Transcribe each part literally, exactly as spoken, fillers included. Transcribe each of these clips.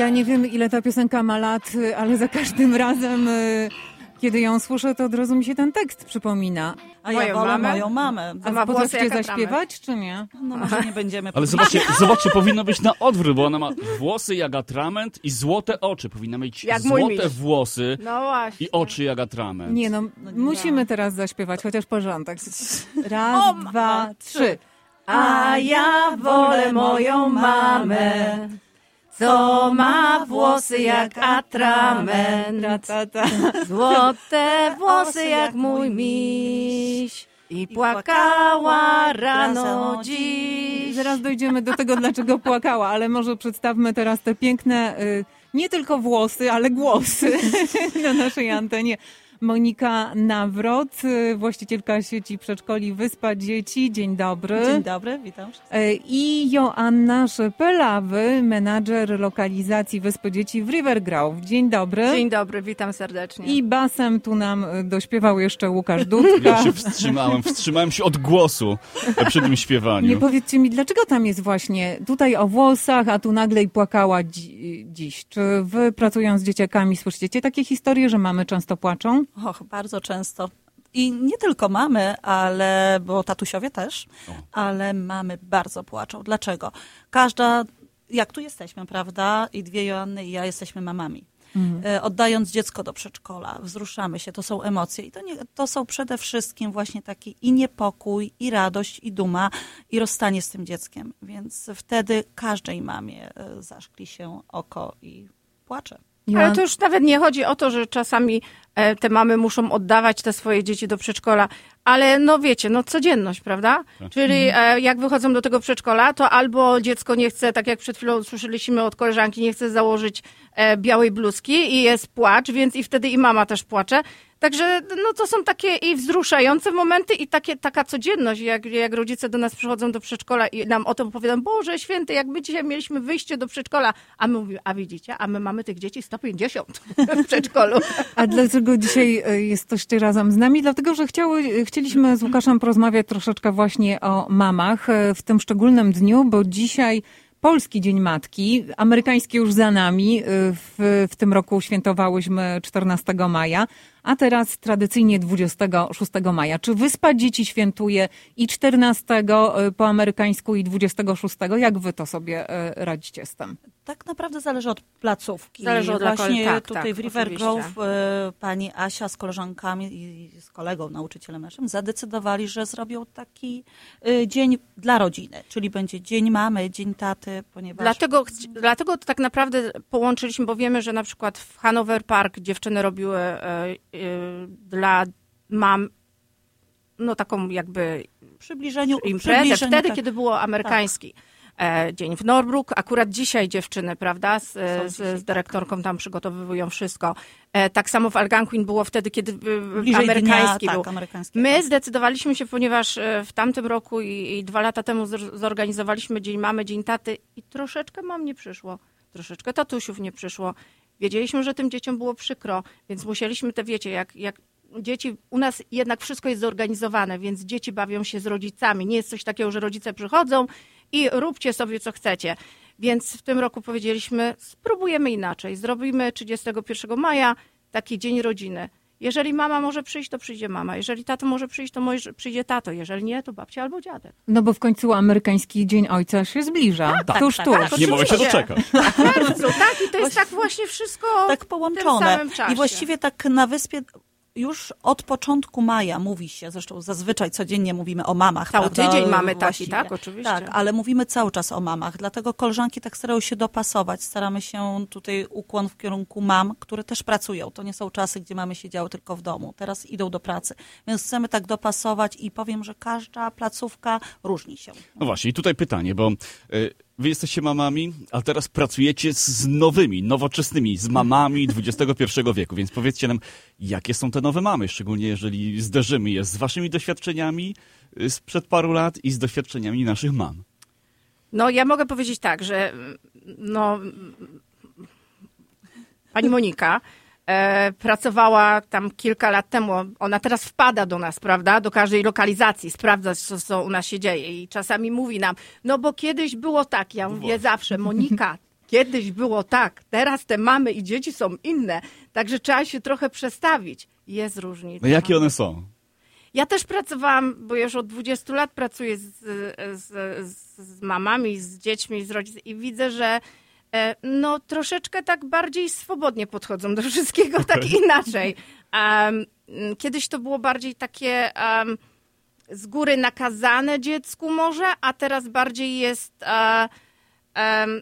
Ja nie wiem, ile ta piosenka ma lat, ale za każdym razem, kiedy ją słyszę, to od razu mi się ten tekst przypomina. A ja wolę moją mamę. A ma potraficie zaśpiewać, czy nie? No może nie będziemy. Ale zobaczcie, zobaczcie, powinno być na odwrót, bo ona ma włosy jak atrament i złote oczy. Powinna mieć jak złote włosy no właśnie. i oczy jak atrament. Nie no, no nie musimy no. teraz zaśpiewać, chociaż porządek. Raz, o, dwa, no, trzy. A ja wolę moją mamę, co ma włosy jak atrament, złote włosy jak mój miś i płakała rano dziś. Zaraz dojdziemy do tego, dlaczego płakała, ale może przedstawmy teraz te piękne, y, nie tylko włosy, ale głosy na naszej antenie. Monika Nawrot, właścicielka sieci przedszkoli Wyspa Dzieci. Dzień dobry. Dzień dobry, witam wszystkich. I Joanna Szepelawy, menadżer lokalizacji Wyspy Dzieci w River Grove. Dzień dobry. Dzień dobry, witam serdecznie. I basem tu nam dośpiewał jeszcze Łukasz Dudka. Ja się wstrzymałem, wstrzymałem się od głosu przy tym śpiewaniu. Nie powiedzcie mi, dlaczego tam jest właśnie tutaj o włosach, a tu nagle i płakała dzi- dziś? Czy wy pracując z dzieciakami słyszycie takie historie, że mamy często płaczą? Och, bardzo często. I nie tylko mamy, ale, bo tatusiowie też, o. ale mamy bardzo płaczą. Dlaczego? Każda, jak tu jesteśmy, prawda? I dwie Joanny i ja jesteśmy mamami. Mhm. Oddając dziecko do przedszkola, wzruszamy się, to są emocje. I to, nie, to są przede wszystkim właśnie taki i niepokój, i radość, i duma, i rozstanie z tym dzieckiem. Więc wtedy każdej mamie zaszkli się oko i płacze. Ja. Ale to już nawet nie chodzi o to, że czasami te mamy muszą oddawać te swoje dzieci do przedszkola, ale no wiecie, no codzienność, prawda? Tak. Czyli e, jak wychodzą do tego przedszkola, to albo dziecko nie chce, tak jak przed chwilą słyszeliśmy od koleżanki, nie chce założyć e, białej bluzki i jest płacz, więc i wtedy i mama też płacze. Także no to są takie i wzruszające momenty i takie, taka codzienność, jak, jak rodzice do nas przychodzą do przedszkola i nam o tym opowiadają, Boże Święty, jak my dzisiaj mieliśmy wyjście do przedszkola, a my mówimy, a widzicie, a my mamy tych dzieci sto pięćdziesiąt w przedszkolu. A dlaczego dzisiaj jesteście razem z nami? Dlatego, że chciały, chcieliśmy z Łukaszem porozmawiać troszeczkę właśnie o mamach w tym szczególnym dniu, bo dzisiaj Polski Dzień Matki, amerykański już za nami, w, w tym roku świętowałyśmy czternastego maja, a teraz tradycyjnie dwudziestego szóstego maja. Czy Wyspa Dzieci świętuje i czternastego po amerykańsku i dwudziestego szóstego? Jak wy to sobie radzicie z tym? Tak naprawdę zależy od placówki. Zależy od Właśnie tak, tutaj tak, w River oczywiście. Grove pani Asia z koleżankami i z kolegą, nauczycielem naszym, zadecydowali, że zrobią taki dzień dla rodziny, czyli będzie dzień mamy, dzień taty, ponieważ... Dlatego, dlatego to tak naprawdę połączyliśmy, bo wiemy, że na przykład w Hanover Park dziewczyny robiły dla mam, no taką jakby przybliżeniu, imprezę, przybliżeniu, wtedy, tak. kiedy było amerykański tak. dzień w Norbrook. Akurat dzisiaj dziewczyny, prawda, z, z, z dyrektorką tak. tam przygotowywują wszystko. Tak samo w Algonquin było wtedy, kiedy Bliżej amerykański dnia, był. Tak, amerykański, My tak. zdecydowaliśmy się, ponieważ w tamtym roku i, i dwa lata temu zorganizowaliśmy Dzień Mamy, Dzień Taty i troszeczkę mam nie przyszło, troszeczkę tatusiów nie przyszło. Wiedzieliśmy, że tym dzieciom było przykro, więc musieliśmy te, wiecie, jak, jak dzieci, u nas jednak wszystko jest zorganizowane, więc dzieci bawią się z rodzicami. Nie jest coś takiego, że rodzice przychodzą i róbcie sobie co chcecie. Więc w tym roku powiedzieliśmy, spróbujemy inaczej. Zrobimy trzydziestego pierwszego maja taki dzień rodziny. Jeżeli mama może przyjść, to przyjdzie mama. Jeżeli tato może przyjść, to może przyjdzie tato. Jeżeli nie, to babcia albo dziadek. No bo w końcu amerykański Dzień Ojca się zbliża. Tak, tuż, tak, tuż. tak, nie mogę się doczekać. W czerwcu, tak? I to jest tak właśnie wszystko tak połączone. w tym samym czasie. I właściwie tak na wyspie już od początku maja mówi się, zresztą zazwyczaj codziennie mówimy o mamach. Cały prawda? tydzień mamy taki, Właściwie. tak? Oczywiście. Tak, ale mówimy cały czas o mamach. Dlatego koleżanki tak starają się dopasować. Staramy się tutaj ukłon w kierunku mam, które też pracują. To nie są czasy, gdzie mamy siedziały tylko w domu. Teraz idą do pracy. Więc chcemy tak dopasować i powiem, że każda placówka różni się. No właśnie, i tutaj pytanie, bo y, wy jesteście mamami, a teraz pracujecie z nowymi, nowoczesnymi, z mamami dwudziestego pierwszego wieku, więc powiedzcie nam, jakie są te nowe mamy, szczególnie jeżeli zderzymy je z waszymi doświadczeniami sprzed paru lat i z doświadczeniami naszych mam. No ja mogę powiedzieć tak, że no pani Monika e, pracowała tam kilka lat temu, ona teraz wpada do nas, prawda, do każdej lokalizacji, sprawdza, co, co u nas się dzieje i czasami mówi nam, no bo kiedyś było tak, ja mówię zawsze, Monika, kiedyś było tak, teraz te mamy i dzieci są inne, także trzeba się trochę przestawić. Jest różnica. No jakie one są? Ja też pracowałam, bo już od dwudziestu lat pracuję z, z, z, z mamami, z dziećmi, z rodzicami i widzę, że e, no troszeczkę tak bardziej swobodnie podchodzą do wszystkiego, okay. tak inaczej. Um, kiedyś to było bardziej takie um, z góry nakazane dziecku może, a teraz bardziej jest uh, um,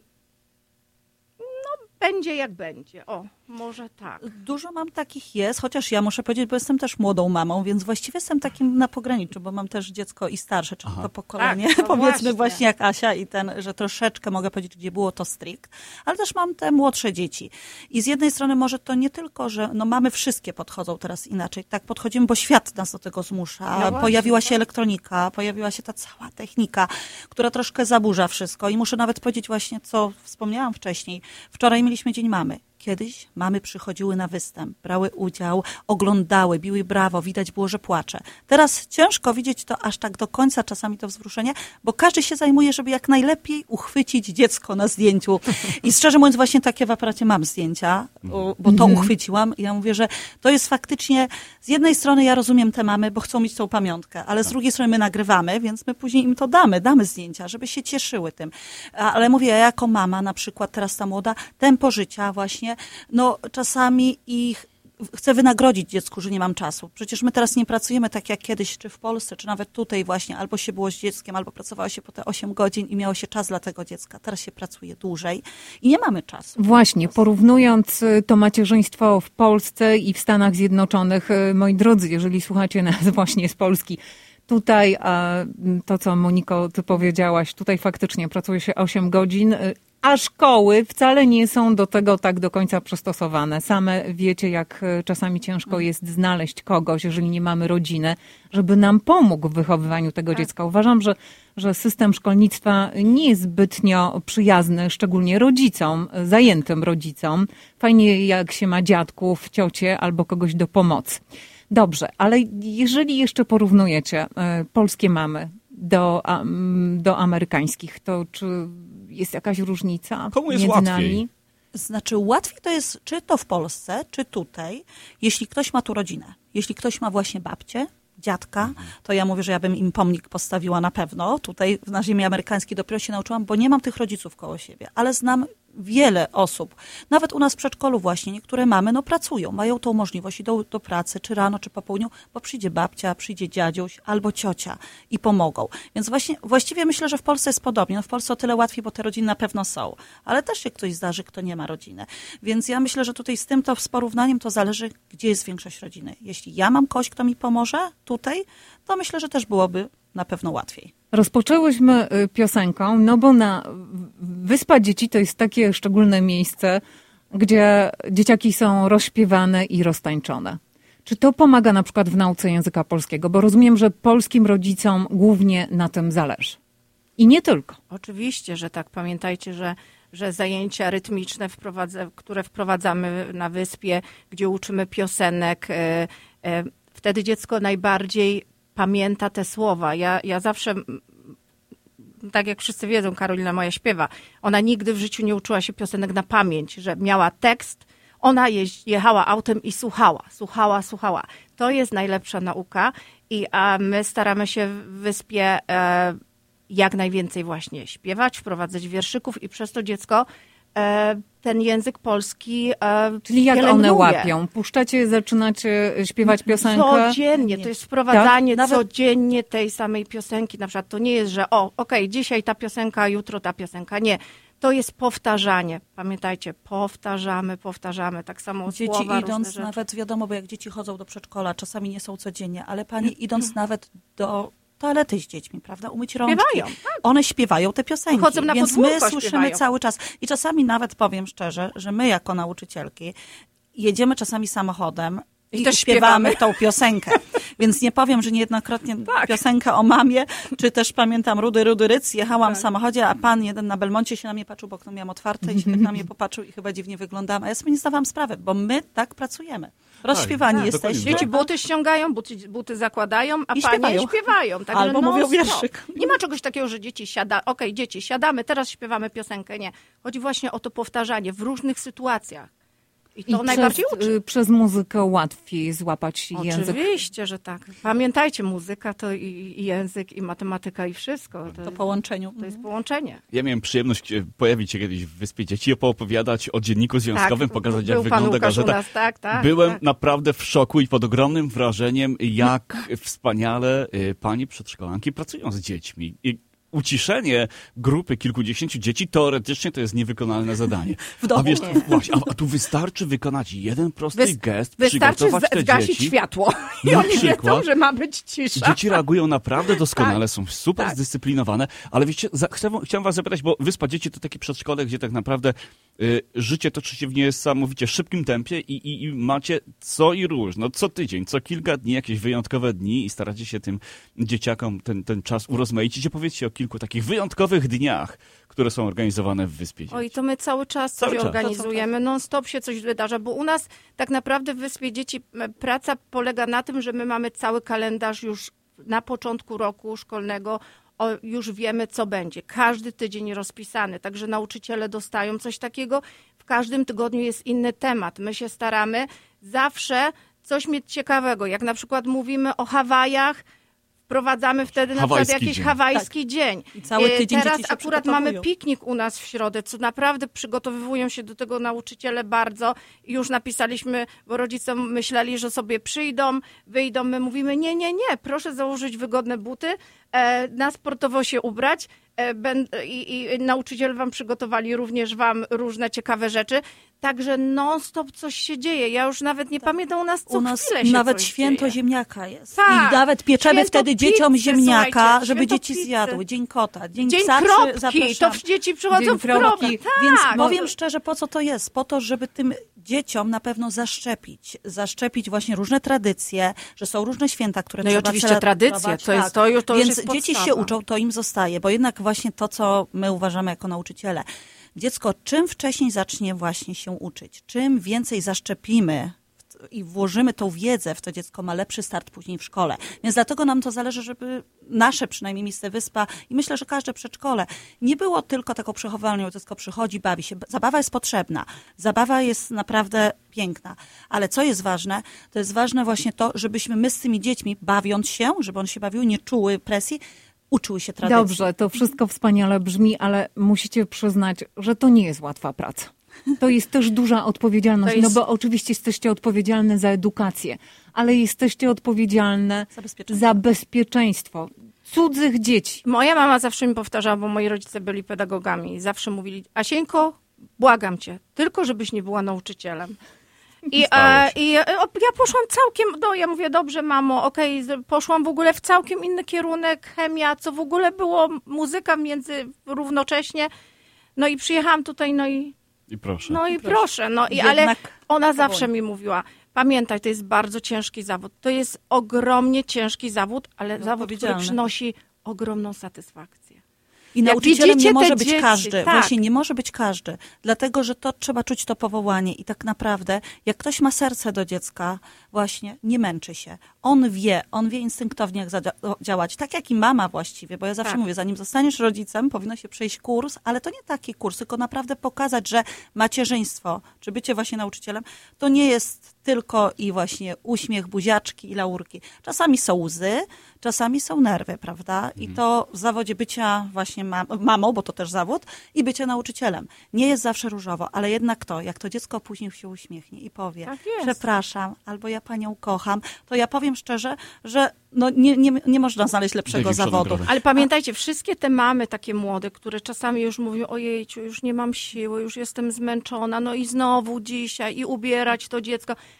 no będzie jak będzie. O, może tak. Dużo mam takich jest, chociaż ja muszę powiedzieć, bo jestem też młodą mamą, więc właściwie jestem takim na pograniczu, bo mam też dziecko i starsze, czyli Aha. to pokolenie, tak, to powiedzmy właśnie. właśnie jak Asia i ten, że troszeczkę mogę powiedzieć, gdzie było to strict, ale też mam te młodsze dzieci. I z jednej strony może to nie tylko, że no mamy wszystkie podchodzą teraz inaczej, tak podchodzimy, bo świat nas do tego zmusza. No właśnie, pojawiła się tak. elektronika, pojawiła się ta cała technika, która troszkę zaburza wszystko i muszę nawet powiedzieć właśnie, co wspomniałam wcześniej. Wczoraj mieliśmy Dzień Mamy. Kiedyś mamy przychodziły na występ, brały udział, oglądały, biły brawo, widać było, że płacze. Teraz ciężko widzieć to aż tak do końca, czasami to wzruszenie, bo każdy się zajmuje, żeby jak najlepiej uchwycić dziecko na zdjęciu. I szczerze mówiąc, właśnie takie w aparacie mam zdjęcia, bo to uchwyciłam. I ja mówię, że to jest faktycznie, z jednej strony ja rozumiem te mamy, bo chcą mieć tą pamiątkę, ale z drugiej strony my nagrywamy, więc my później im to damy, damy zdjęcia, żeby się cieszyły tym. Ale mówię, ja jako mama, na przykład teraz ta młoda, tempo życia właśnie, no czasami ich chcę wynagrodzić dziecku, że nie mam czasu. Przecież my teraz nie pracujemy tak jak kiedyś, czy w Polsce, czy nawet tutaj właśnie, albo się było z dzieckiem, albo pracowało się po te osiem godzin i miało się czas dla tego dziecka. Teraz się pracuje dłużej i nie mamy czasu. Właśnie, porównując to macierzyństwo w Polsce i w Stanach Zjednoczonych, moi drodzy, jeżeli słuchacie nas właśnie z Polski, tutaj to, co Moniko, ty powiedziałaś, tutaj faktycznie pracuje się osiem godzin, a szkoły wcale nie są do tego tak do końca przystosowane. Same wiecie, jak czasami ciężko jest znaleźć kogoś, jeżeli nie mamy rodziny, żeby nam pomógł w wychowywaniu tego dziecka. Uważam, że, że system szkolnictwa nie jest zbytnio przyjazny, szczególnie rodzicom, zajętym rodzicom. Fajnie, jak się ma dziadków, ciocie albo kogoś do pomocy. Dobrze, ale jeżeli jeszcze porównujecie polskie mamy do, do amerykańskich, to czy jest jakaś różnica Komu jest między łatwiej? nami? Znaczy łatwiej to jest, czy to w Polsce, czy tutaj, jeśli ktoś ma tu rodzinę. Jeśli ktoś ma właśnie babcię, dziadka, to ja mówię, że ja bym im pomnik postawiła na pewno. Tutaj na ziemi amerykańskiej dopiero się nauczyłam, bo nie mam tych rodziców koło siebie, ale znam wiele osób, nawet u nas w przedszkolu właśnie, niektóre mamy, no pracują, mają tą możliwość, idą do pracy, czy rano, czy po południu, bo przyjdzie babcia, przyjdzie dziadziuś albo ciocia i pomogą. Więc właśnie, właściwie myślę, że w Polsce jest podobnie. No w Polsce o tyle łatwiej, bo te rodziny na pewno są, ale też się ktoś zdarzy, kto nie ma rodziny. Więc ja myślę, że tutaj z tym to z porównaniem to zależy, gdzie jest większość rodziny. Jeśli ja mam kogoś, kto mi pomoże tutaj, to myślę, że też byłoby na pewno łatwiej. Rozpoczęłyśmy piosenką, no bo na Wyspa Dzieci to jest takie szczególne miejsce, gdzie dzieciaki są rozśpiewane i roztańczone. Czy to pomaga na przykład w nauce języka polskiego? Bo rozumiem, że polskim rodzicom głównie na tym zależy. I nie tylko. Oczywiście, że tak. Pamiętajcie, że, że zajęcia rytmiczne, wprowadza, które wprowadzamy na wyspie, gdzie uczymy piosenek, e, e, wtedy dziecko najbardziej pamięta te słowa. Ja, ja zawsze, tak jak wszyscy wiedzą, Karolina moja śpiewa, ona nigdy w życiu nie uczyła się piosenek na pamięć, że miała tekst, ona jeździ, jechała autem i słuchała, słuchała, słuchała. To jest najlepsza nauka i a my staramy się w wyspie e, jak najwięcej właśnie śpiewać, wprowadzać wierszyków i przez to dziecko e, ten język polski e, Czyli jak pielęgnuje. One łapią? Puszczacie, zaczynacie śpiewać piosenkę? Codziennie, to jest wprowadzanie tak? codziennie tej samej piosenki. Na przykład to nie jest, że o, okej, okay, dzisiaj ta piosenka, jutro ta piosenka. Nie, to jest powtarzanie. Pamiętajcie, powtarzamy, powtarzamy. Tak samo dzieci słowa, idąc nawet, wiadomo, bo jak dzieci chodzą do przedszkola, czasami nie są codziennie, ale pani idąc nawet do toalety z dziećmi, prawda? Umyć rączki. Śpiewają, tak. One śpiewają te piosenki, Chodzą na więc my podwórko, słyszymy śpiewają. cały czas. I czasami nawet powiem szczerze, że my jako nauczycielki jedziemy czasami samochodem I, I też śpiewamy śpiewamy. tą piosenkę. Więc nie powiem, że niejednokrotnie Tak. piosenkę o mamie, czy też pamiętam Rudy, Rudy Ryc, jechałam tak. w samochodzie, a pan jeden na Belmoncie się na mnie patrzył, bo okno miałam otwarte i się tak na mnie popatrzył i chyba dziwnie wyglądałam. A ja sobie nie zdawałam sprawy, bo my tak pracujemy. Rozśpiewani tak, jesteśmy. Dzieci buty ściągają, buty, buty zakładają, a I panie śpiewają. śpiewają. Także Albo non mówią stop. wierszyk. Nie ma czegoś takiego, że dzieci siada. Okej, dzieci, siadamy, teraz śpiewamy piosenkę. Nie. Chodzi właśnie o to powtarzanie w różnych sytuacjach. I to I najbardziej przez, uczy. y, przez muzykę łatwiej złapać język. Oczywiście, że tak. Pamiętajcie, muzyka to i, i język, i matematyka, i wszystko. To, To połączeniu. to jest połączenie. Ja miałem przyjemność e, pojawić się kiedyś w Wyspie Dzieci, opowiadać o dzienniku związkowym, tak, pokazać był jak pan wygląda Łukasz u gazeta. nas, tak, tak, Byłem tak. naprawdę w szoku i pod ogromnym wrażeniem, jak wspaniale e, panie przedszkolanki pracują z dziećmi. I uciszenie grupy kilkudziesięciu dzieci teoretycznie to jest niewykonalne zadanie. W domu. A, wiesz, Nie. właśnie, a, a tu wystarczy wykonać jeden prosty Wys- gest, Wystarczy przygotować z- te zgasić dzieci. światło. I Na oni wiedzą, przykład. że ma być cisza. Dzieci reagują naprawdę doskonale, Tak. są super Tak. zdyscyplinowane, ale wiecie, za, chciałem, chciałem was zapytać, bo Wyspa Dzieci to takie przedszkole, gdzie tak naprawdę y, życie toczy się w niesamowicie szybkim tempie i, i, i macie co i róż, no co tydzień, co kilka dni, jakieś wyjątkowe dni i staracie się tym dzieciakom ten, ten czas urozmaicić. Opowiedzcie o kilku takich wyjątkowych dniach, które są organizowane w Wyspie Dzieci. Oj, to my cały czas Cały coś czas. organizujemy, non stop się coś wydarza, bo u nas tak naprawdę w Wyspie Dzieci m, praca polega na tym, że my mamy cały kalendarz już na początku roku szkolnego, o, już wiemy, co będzie. Każdy tydzień rozpisany, także nauczyciele dostają coś takiego. W każdym tygodniu jest inny temat. My się staramy zawsze coś mieć ciekawego. Jak na przykład mówimy o Hawajach, wprowadzamy wtedy na Hawajski przykład jakiś dzień. hawajski dzień. I cały E, tydzień Teraz dzieci się akurat przygotowują. mamy piknik u nas w środę, co naprawdę przygotowują się do tego nauczyciele bardzo. I już napisaliśmy, bo rodzice myśleli, że sobie przyjdą, wyjdą. My mówimy, nie, nie, nie, proszę założyć wygodne buty, e, na sportowo się ubrać. e, ben- I, I nauczyciele wam przygotowali również wam różne ciekawe rzeczy. Także non stop coś się dzieje. Ja już nawet nie pamiętam u nas co U nas chwilę się nawet coś święto dzieje. ziemniaka jest. Tak. I nawet pieczemy Święto wtedy dzieciom pizzy, ziemniaka, słuchajcie, żeby święto dzieci pizzy. zjadły. Dzień kota, dzień, Dzień psa. przy- kropki, to zapraszamy. dzieci przychodzą Dzień w kropki. kropki. Tak. Więc No, powiem szczerze, po co to jest? Po to, żeby tym dzieciom na pewno zaszczepić. Zaszczepić właśnie różne tradycje, że są różne święta, które No i trzeba oczywiście celebrować. tradycje, to jest- to już- to już Więc jest dzieci się podstawa. uczą, to im zostaje, bo jednak właśnie to, co my uważamy jako nauczyciele. Dziecko czym wcześniej zacznie właśnie się uczyć, czym więcej zaszczepimy i włożymy tą wiedzę w to dziecko, ma lepszy start później w szkole. Więc dlatego nam to zależy, żeby nasze przynajmniej miejsce Wyspa i myślę, że każde przedszkole nie było tylko taką przechowalnią, dziecko przychodzi, bawi się. Zabawa jest potrzebna. Zabawa jest naprawdę piękna. Ale co jest ważne, to jest ważne właśnie to, żebyśmy my z tymi dziećmi, bawiąc się, żeby one się bawiły, nie czuły presji, uczyły się tradycji. Dobrze, to wszystko wspaniale brzmi, ale musicie przyznać, że to nie jest łatwa praca. To jest też duża odpowiedzialność, To jest- no bo oczywiście jesteście odpowiedzialne za edukację, ale jesteście odpowiedzialne Za bezpieczeństwo. za bezpieczeństwo cudzych dzieci. Moja mama zawsze mi powtarzała, bo moi rodzice byli pedagogami. Zawsze mówili, Asieńko, błagam cię, tylko żebyś nie była nauczycielem. I, Stało e, się. i e, ja poszłam całkiem, no ja mówię, dobrze mamo, okej, z- poszłam w ogóle w całkiem inny kierunek, chemia, co w ogóle było, muzyka między równocześnie. No i przyjechałam tutaj, no i I proszę. No i proszę, no i Jednak ale ona to zawsze boli. mi mówiła, pamiętaj, to jest bardzo ciężki zawód. To jest ogromnie ciężki zawód, ale No, zawód, który odpowiedzialny. przynosi ogromną satysfakcję. I Jak nauczycielem widzicie nie może te być dzieci, każdy. tak. Właśnie nie może być każdy. Dlatego, że to trzeba czuć to powołanie. I tak naprawdę, jak ktoś ma serce do dziecka, właśnie nie męczy się. On wie, on wie instynktownie, jak zadzia- działać. Tak jak i mama właściwie, bo ja zawsze Tak. mówię, zanim zostaniesz rodzicem, powinno się przejść kurs, ale to nie taki kurs, tylko naprawdę pokazać, że macierzyństwo, czy bycie właśnie nauczycielem, to nie jest tylko i właśnie uśmiech, buziaczki i laurki. Czasami są łzy, czasami są nerwy, prawda? I to w zawodzie bycia właśnie mam, mamą, bo to też zawód, i bycia nauczycielem. Nie jest zawsze różowo, ale jednak to, jak to dziecko później się uśmiechnie i powie, Tak jest. przepraszam, albo ja panią kocham, to ja powiem szczerze, że no nie, nie, nie można znaleźć lepszego Dzięki, zawodu. Przodem, Ale pamiętajcie, wszystkie te mamy takie młode, które czasami już mówią, ojejciu, już nie mam siły, już jestem zmęczona, no i znowu dzisiaj i ubierać to dziecko.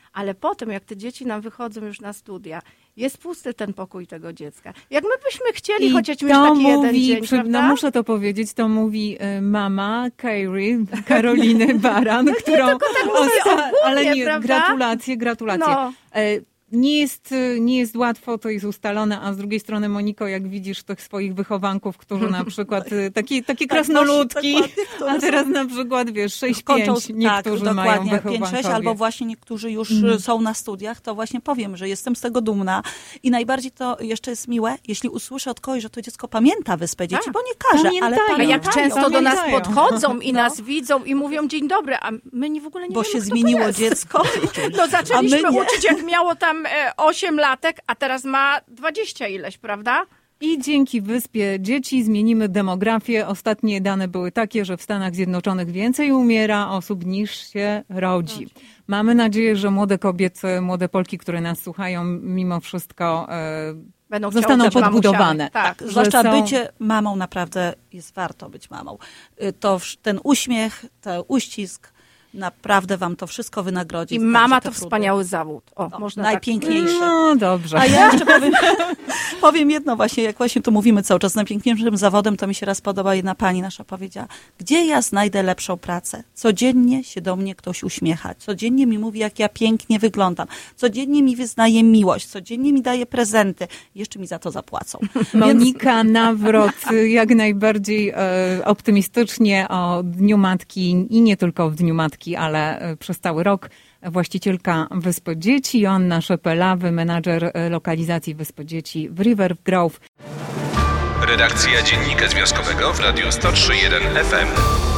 Ale potem, jak te dzieci nam wychodzą już na studia, jest pusty ten pokój tego dziecka. Jak my byśmy chcieli I chociaż mieć to taki jeden mówi, dzień, przy, prawda? no muszę to powiedzieć, to mówi y, mama Kairy, Karoliny Baran, którą... tak mówię ogólnie, ale nie, prawda? gratulacje, gratulacje. No. E, Nie jest, nie jest łatwo, to jest ustalone, a z drugiej strony, Moniko, jak widzisz tych swoich wychowanków, którzy na przykład, y, takie, takie krasnoludki, a teraz na przykład, wiesz, sześć pięć niektórzy tak, mają dokładnie, pięć sześć, wychowankowie. albo właśnie niektórzy już Mm. są na studiach, to właśnie powiem, że jestem z tego dumna i najbardziej to jeszcze jest miłe, jeśli usłyszę od kogoś, że to dziecko pamięta Wyspę Dzieci, Tak. bo nie każe, ale Pamiętają. A pamiętają. jak często do nas Pamiętają. podchodzą i No. nas widzą i mówią dzień dobry, a my nie w ogóle nie Bo wiemy, się kto zmieniło to jest. dziecko. No zaczęliśmy A my nie. uczyć, jak miało tam e, osiem latek, a teraz ma dwadzieścia ileś, prawda? I dzięki Wyspie Dzieci zmienimy demografię. Ostatnie dane były takie, że w Stanach Zjednoczonych więcej umiera osób niż się rodzi. Mamy nadzieję, że młode kobiety, młode Polki, które nas słuchają, mimo wszystko e, Będą zostaną chciały też podbudowane. mamusiami. Tak. Że Zwłaszcza są- bycie mamą naprawdę jest warto być mamą. Y, To wsz- ten uśmiech, ten uścisk naprawdę wam to wszystko wynagrodzi. I Także mama te to trudy. wspaniały zawód. O, No, można najpiękniejszy. No dobrze. A ja jeszcze powiem, powiem jedno właśnie, jak właśnie tu mówimy cały czas, najpiękniejszym zawodem, to mi się raz podoba, jedna pani nasza powiedziała, gdzie ja znajdę lepszą pracę? Codziennie się do mnie ktoś uśmiecha, codziennie mi mówi, jak ja pięknie wyglądam, codziennie mi wyznaje miłość, codziennie mi daje prezenty, jeszcze mi za to zapłacą. Monika Nawrot jak najbardziej e, optymistycznie o Dniu Matki i nie tylko w Dniu Matki, ale e, przez cały rok. Właścicielka Wyspy Dzieci, Joanna Szepelawy, menadżer e, lokalizacji Wyspy Dzieci w River Grove. Redakcja Dziennika Związkowego w Radiu sto trzy jeden F M.